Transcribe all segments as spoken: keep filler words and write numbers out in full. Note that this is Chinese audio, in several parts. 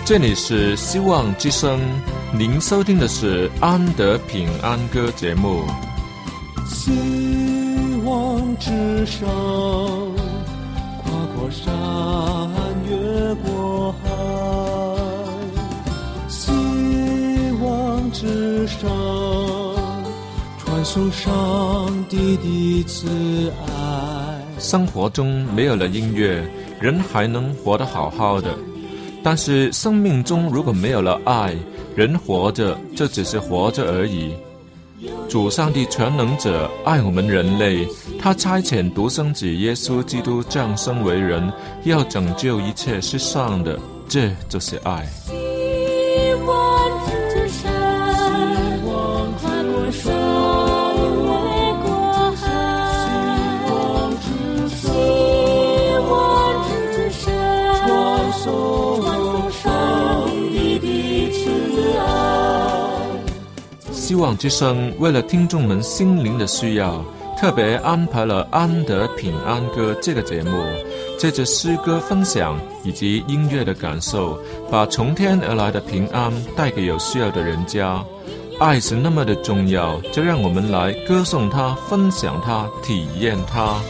这里是希望之声，您收听的是安德平安歌节目。 希望之声，跨过山越过海，希望之声，传送上帝的慈爱。 生活中没有了音乐，人还能活得好好的，但是生命中如果没有了爱，人活着就只是活着而已。主上帝全能者爱我们人类，他差遣独生子耶稣基督降生为人，要拯救一切世上的，这就是爱。 希望之声，跨过山越过海，希望之声，传送上帝的慈爱。 希望之声为了听众们心灵的需要，特别安排了安德平安歌这个节目，借着诗歌分享以及音乐的感受，把从天而来的平安带给有需要的人家。爱是那么的重要，就让我们来歌颂它，分享它，体验它。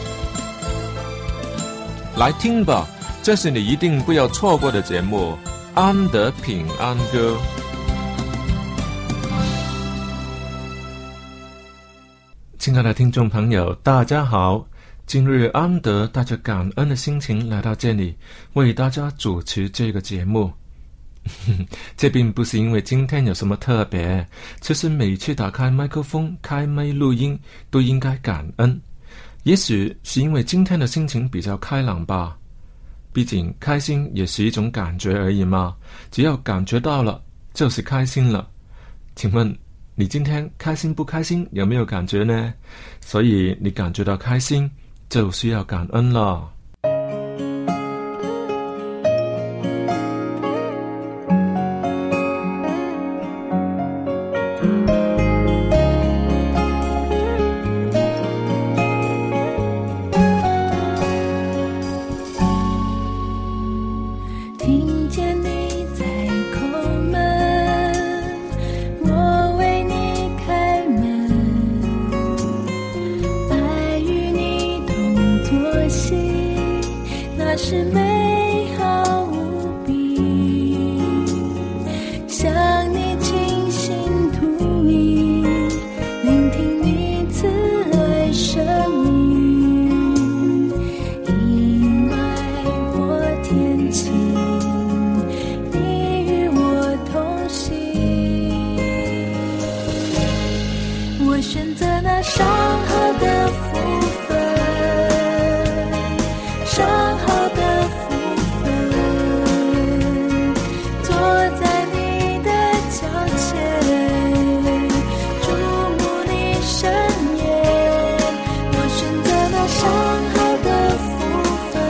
来听吧，这是你一定不要错过的节目，安德平安歌。亲爱的听众朋友，大家好！今日安德带着感恩的心情来到这里，为大家主持这个节目。这并不是因为今天有什么特别，其实每次打开麦克风、开麦录音都应该感恩。也许是因为今天的心情比较开朗吧，毕竟开心也是一种感觉而已嘛，只要感觉到了就是开心了。请问你今天开心不开心，有没有感觉呢？所以你感觉到开心就需要感恩了。 听见你在叩门，我为你开门，爱与你同作息，那是美好无比。向你倾心吐意，聆听你慈爱声音，阴霾我天晴，你与我同行。我选择那上好的福分，上好的福分，坐在你的脚前，注目你身颜。我选择那上好的福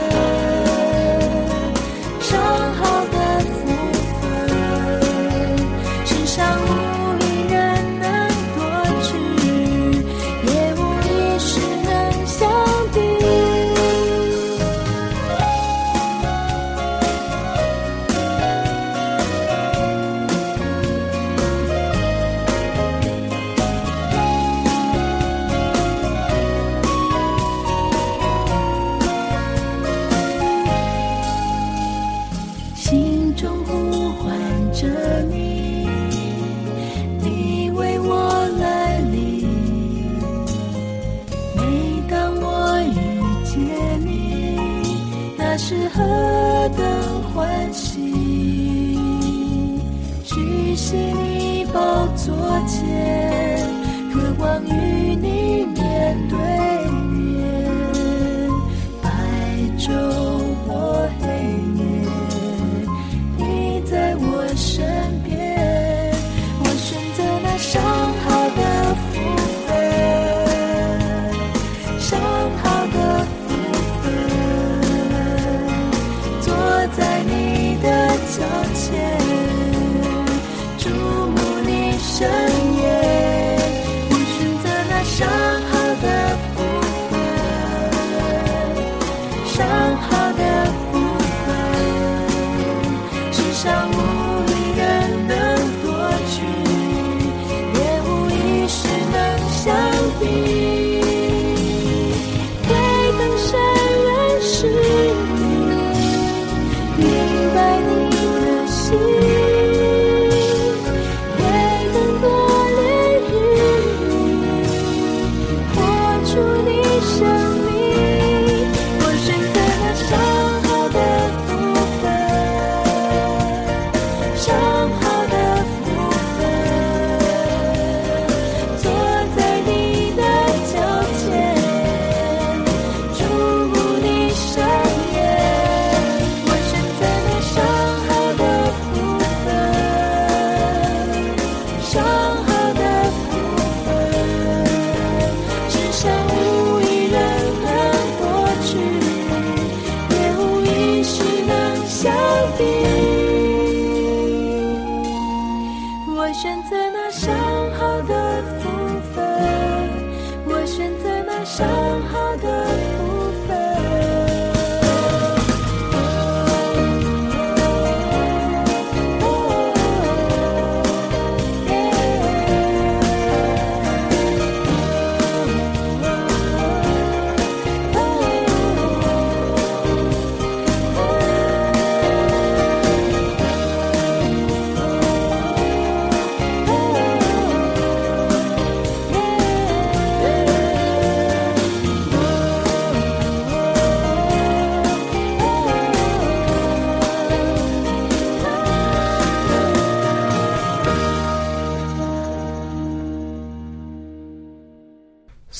分，上好的福分，世上无一人能夺取，也无一事能相敌。心中呼唤着你，你为我来临。每当我遇见你，那是何等欢喜。屈膝你宝座前，渴望与你面对面，白昼或黑夜，你在我身边。我选择那上好的福分，上好的福分，坐在你的脚前，注目你身颜。我选择那上好的福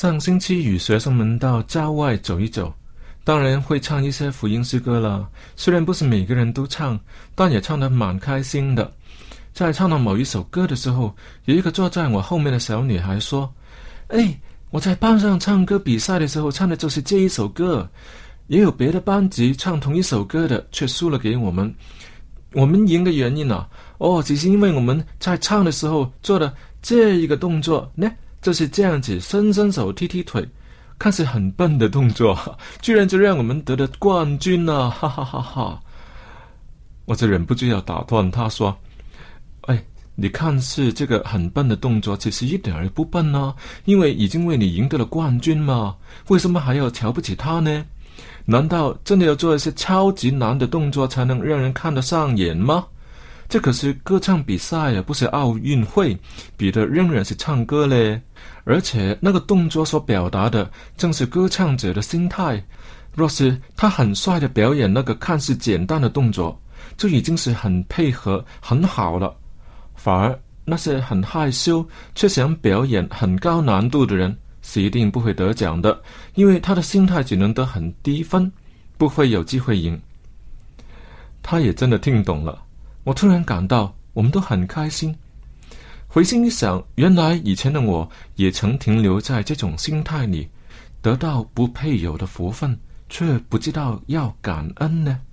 上星期与学生们到郊外走一走，当然会唱一些福音诗歌了。虽然不是每个人都唱，但也唱得蛮开心的。在唱到某一首歌的时候，有一个坐在我后面的小女孩说：哎，我在班上唱歌比赛的时候唱的就是这一首歌，也有别的班级唱同一首歌的却输了给我们。我们赢的原因啊，哦，只是因为我们在唱的时候做的这一个动作呢，就是这样子伸伸手踢踢腿，看似很笨的动作，居然就让我们得了冠军了，哈哈哈哈！我就忍不住要打断他说：哎，你看似这个很笨的动作，其实一点儿也不笨啊，因为已经为你赢得了冠军嘛，为什么还要瞧不起他呢？难道真的要做一些超级难的动作才能让人看得上眼吗？这可是歌唱比赛啊，不是奥运会，比的仍然是唱歌嘞。而且那个动作所表达的正是歌唱者的心态。若是他很帅的表演那个看似简单的动作，就已经是很配合很好了。反而那些很害羞却想表演很高难度的人，是一定不会得奖的，因为他的心态只能得很低分，不会有机会赢。他也真的听懂了，我突然感到我们都很开心。回心一想，原来以前的我也曾停留在这种心态里，得到不配有的福分，却不知道要感恩呢。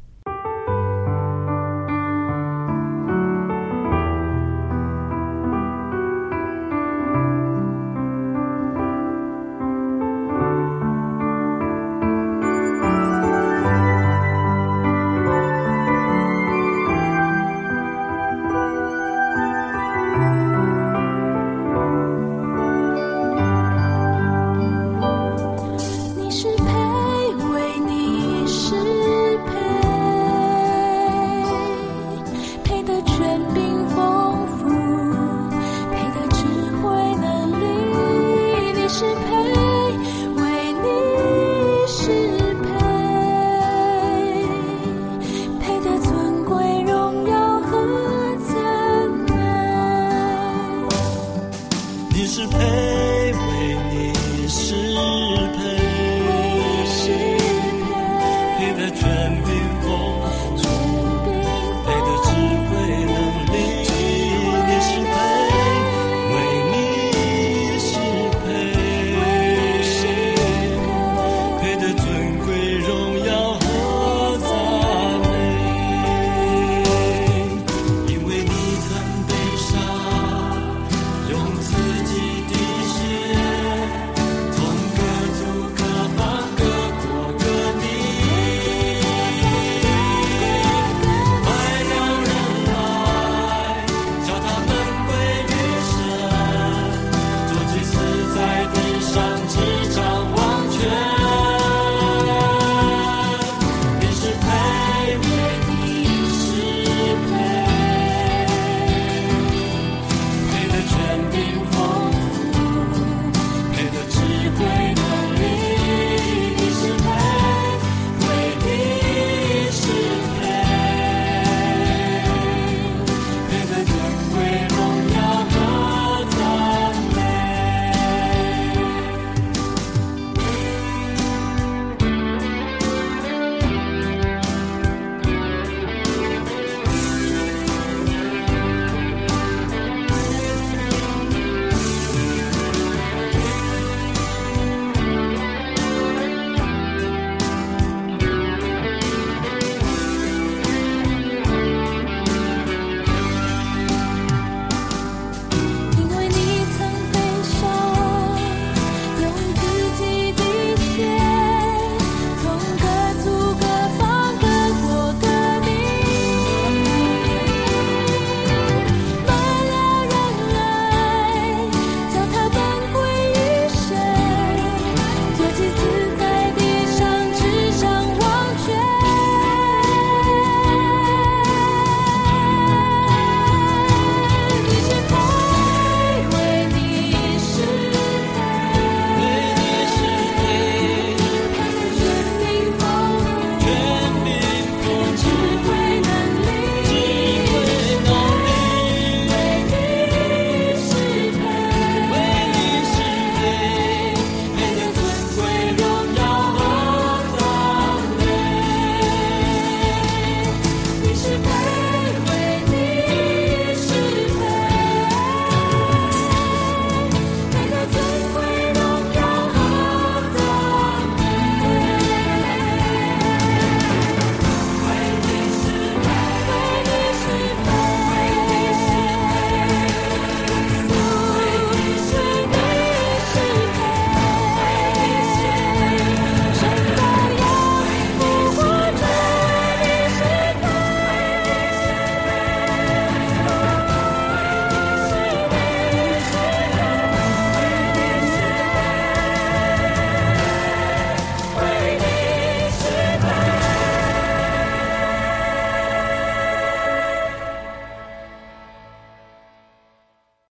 你是配，为你是配。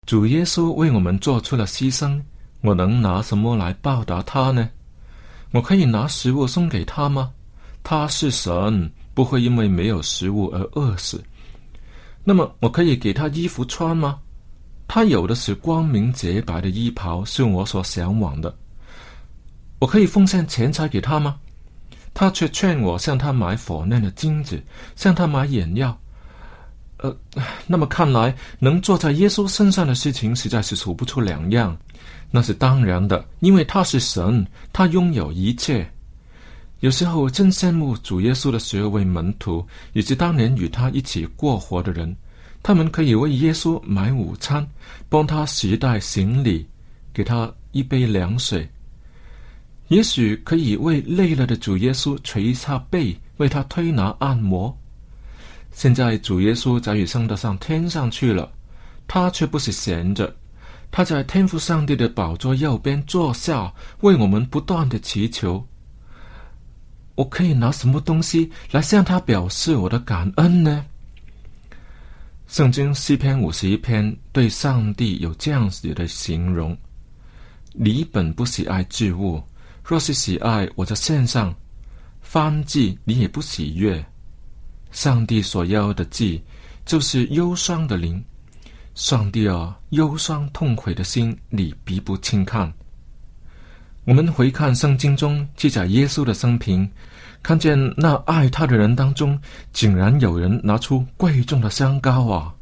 主耶稣为我们做出了牺牲，我能拿什么来报答他呢？我可以拿食物送给他吗？他是神，不会因为没有食物而饿死。那么我可以给他衣服穿吗？他有的是光明洁白的衣袍，是我所向往的。我可以奉献钱财给他吗？他却劝我向他买火亮的金子，向他买眼药。呃，那么看来能做在耶稣身上的事情实在是数不出两样。那是当然的，因为他是神，他拥有一切。有时候真羡慕主耶稣的十二位门徒，以及当年与他一起过活的人，他们可以为耶稣买午餐，帮他携带行李，给他一杯凉水。也许可以为累了的主耶稣捶下背，为他推拿按摩。现在主耶稣早已升得上天上去了，他却不是闲着，他在天父上帝的宝座右边坐下，为我们不断的祈求。我可以拿什么东西来向他表示我的感恩呢？圣经诗篇五十一篇对上帝有这样子的形容：你本不喜爱祭物，若是喜爱，我就献上；燔祭你也不喜悦。上帝所要的祭，就是忧伤的灵。上帝啊，忧伤痛悔的心，你必不轻看。我们回看圣经中记载耶稣的生平，看见那爱他的人当中，竟然有人拿出贵重的香膏啊！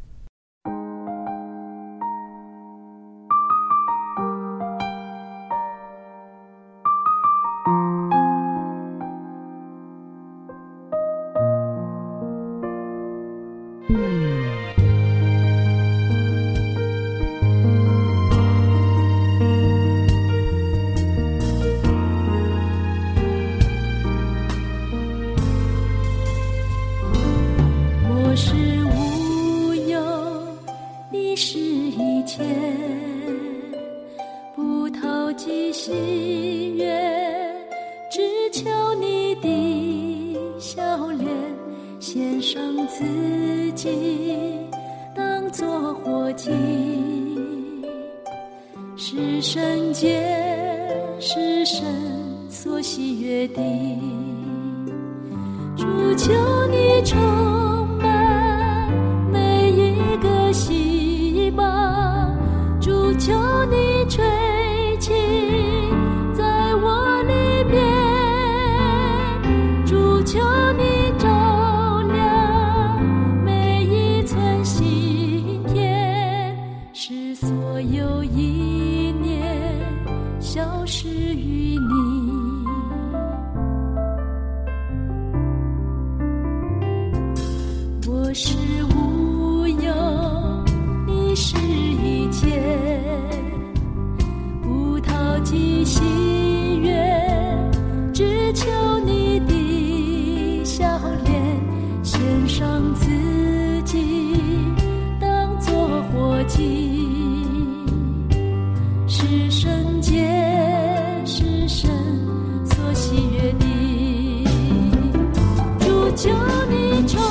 是圣洁，是神所喜悦的。主求你充满每一个细胞，主求你吹气在我里面，主求你照亮每一寸心田，使所有意念消失于你。我是无有，你是一切，不讨忌喜悦，只求你的笑脸，献上自己当作活祭，是圣洁，是神所喜悦的。主求你充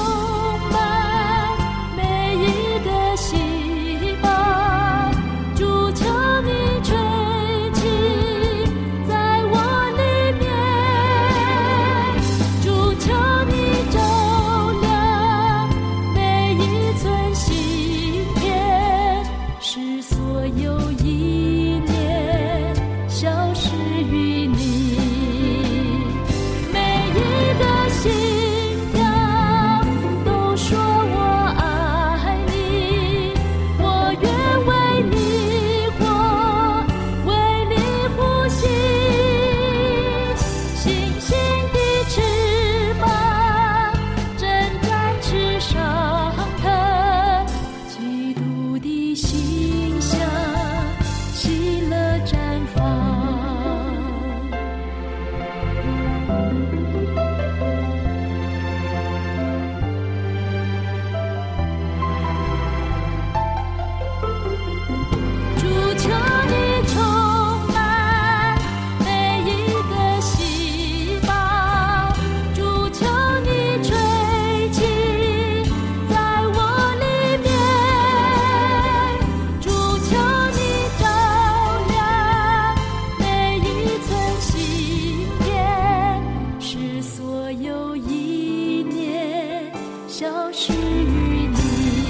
有一念消失于你，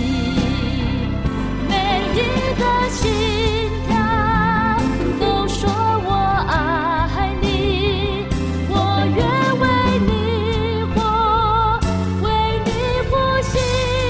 每一个心跳都说我爱你，我愿为你活，为你呼吸，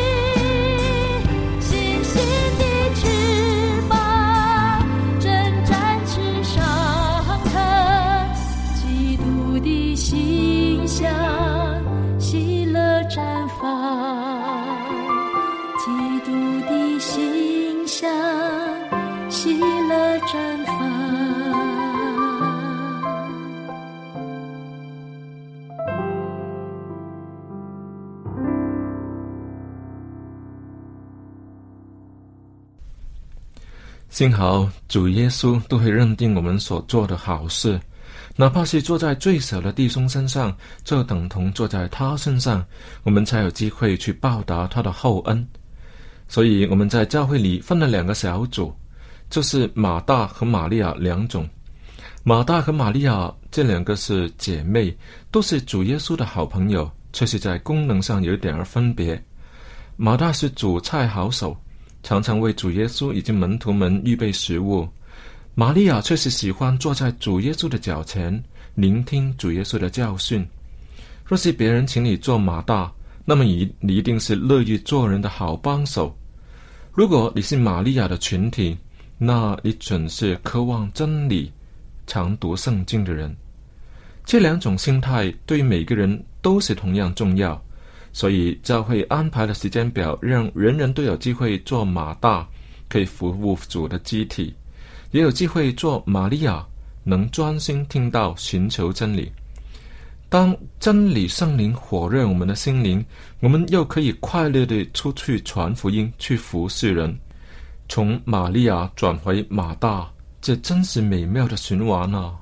星星的翅膀征战翅上腾，基督的形象喜乐绽放，基督的形象喜乐绽放。 幸好主耶稣都会认定我们所做的好事，哪怕是坐在最小的弟兄身上，就等同坐在他身上，我们才有机会去报答他的厚恩。所以我们在教会里分了两个小组，就是马大和玛利亚两种。马大和玛利亚这两个是姐妹，都是主耶稣的好朋友，却是在功能上有一点儿分别。马大是煮菜好手，常常为主耶稣以及门徒们预备食物。玛利亚却是喜欢坐在主耶稣的脚前，聆听主耶稣的教训。若是别人请你做马大，那么你你一定是乐于做人的好帮手。如果你是玛利亚的群体，那你准是渴望真理、常读圣经的人。这两种心态对于每个人都是同样重要，所以教会安排了时间表，让人人都有机会做马大，可以服务主的机体，也有机会做玛利亚，能专心听到，寻求真理。当真理圣灵火热我们的心灵，我们又可以快乐地出去传福音，去服侍人。从玛利亚转回马大，这真是美妙的循环啊！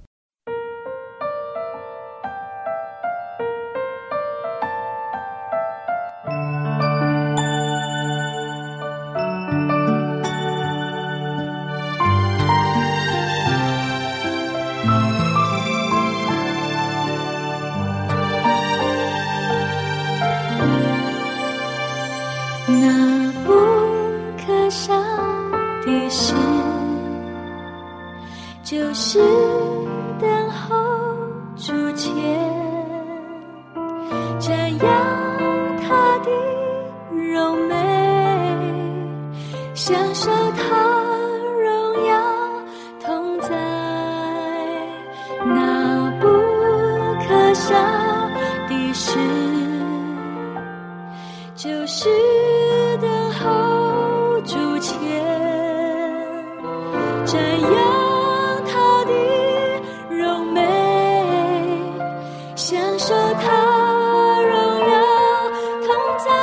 那不可少的事，就是等候主前，瞻仰他的荣美，享受他荣耀同在。那不可少的事，就是等候主前，瞻仰他的荣美，享受他荣耀同在。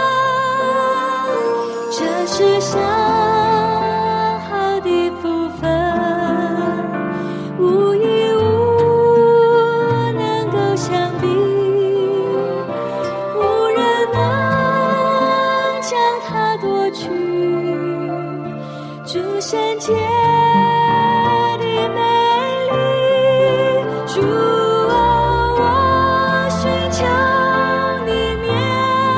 这是上好的福分，无一物能够相比，无人能将它夺去。主圣洁的美丽，主啊，我寻求你面，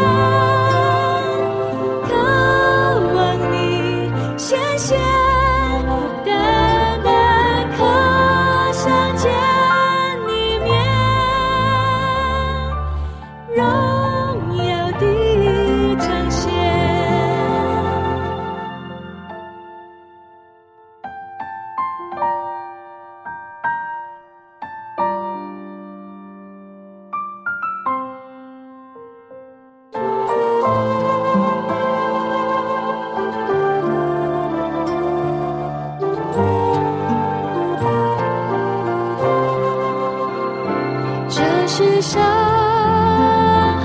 渴望你显现，单单渴想见你面，荣耀的彰显。这是上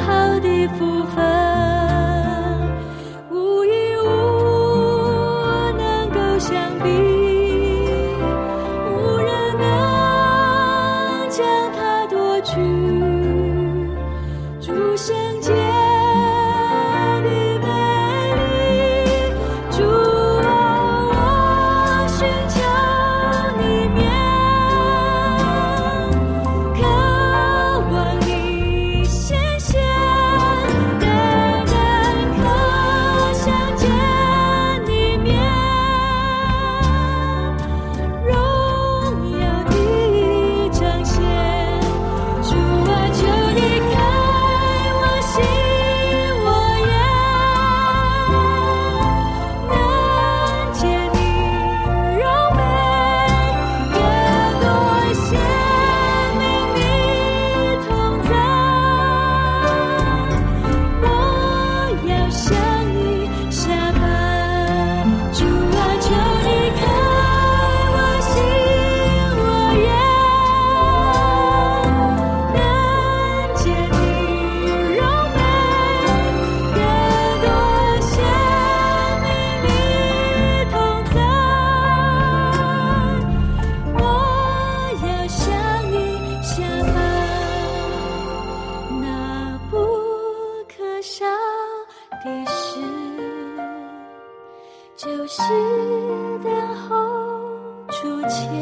就是等候主前，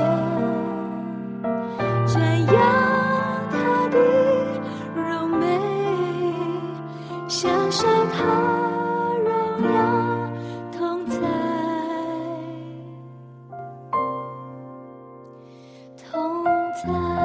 瞻仰他的荣美，享受他荣耀同在，同在。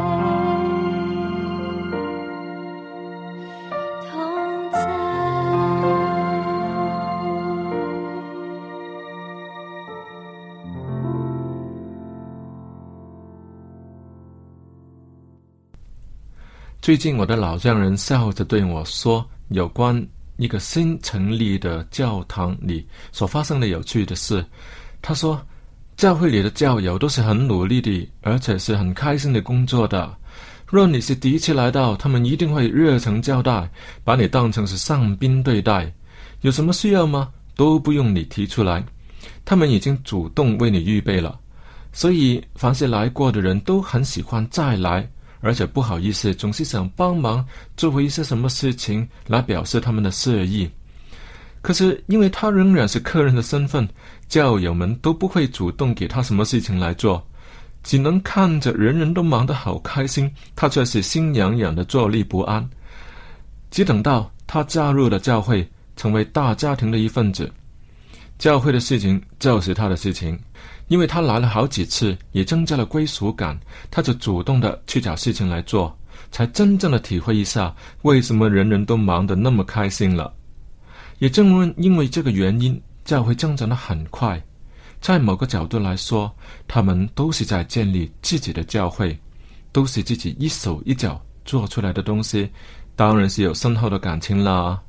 最近我的老丈人笑着对我说，有关一个新成立的教堂里所发生的有趣的事。他说，教会里的教友都是很努力的，而且是很开心的工作的。若你是第一次来到，他们一定会热诚交代，把你当成是上宾对待。有什么需要吗？都不用你提出来，他们已经主动为你预备了。所以凡是来过的人都很喜欢再来，而且不好意思，总是想帮忙做回一些什么事情来表示他们的谢意。可是因为他仍然是客人的身份，教友们都不会主动给他什么事情来做，只能看着人人都忙得好开心，他却是心痒痒的坐立不安。只等到他加入了教会，成为大家庭的一份子，教会的事情就是他的事情。因为他来了好几次，也增加了归属感，他就主动的去找事情来做，才真正的体会一下为什么人人都忙得那么开心了。也正因为这个原因，教会增长得很快。在某个角度来说，他们都是在建立自己的教会，都是自己一手一脚做出来的东西，当然是有深厚的感情啦。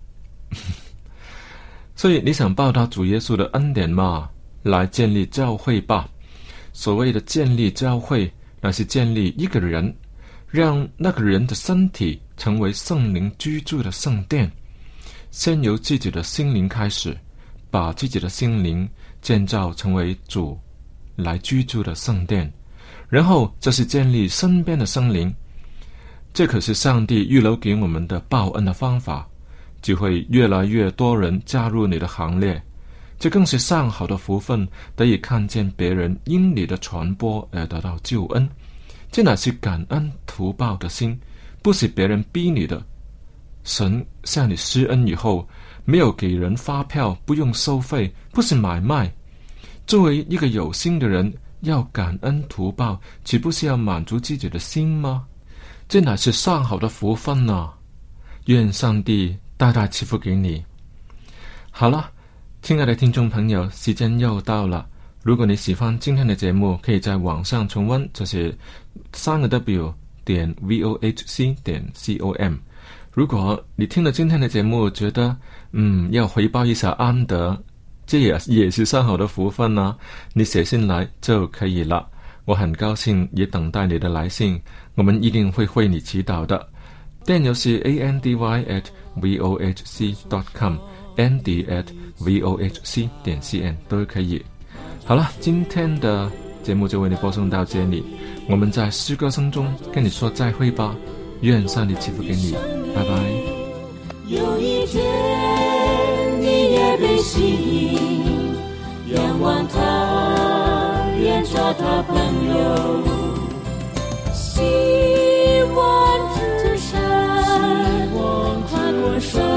所以你想报答主耶稣的恩典吗？来建立教会吧。所谓的建立教会，那是建立一个人，让那个人的身体成为圣灵居住的圣殿。先由自己的心灵开始，把自己的心灵建造成为主来居住的圣殿，然后这是建立身边的生灵。这可是上帝预留给我们的报恩的方法，就会越来越多人加入你的行列。这更是上好的福分，得以看见别人因你的传播而得到救恩。这乃是感恩图报的心，不是别人逼你的。神向你施恩以后，没有给人发票，不用收费，不是买卖。作为一个有心的人，要感恩图报，岂不是要满足自己的心吗？这乃是上好的福分啊！愿上帝大大赐福给你。好了，亲爱的听众朋友，时间又到了。如果你喜欢今天的节目，可以在网上重温，就是三个 W 点 vohc 点 com。如果你听了今天的节目，觉得嗯要回报一下安德，这也也是上好的福分啊，你写信来就可以了。我很高兴，也等待你的来信，我们一定会为你祈祷的。电邮是 andy at vohc dot com。Andy at vohc 点 cn 都可以。好了，今天的节目就为你播送到这里，我们在诗歌声中跟你说再会吧。愿上帝赐福给你，拜拜。 有一天你也被吸引，仰望他，愿做他朋友，希望之山，跨过山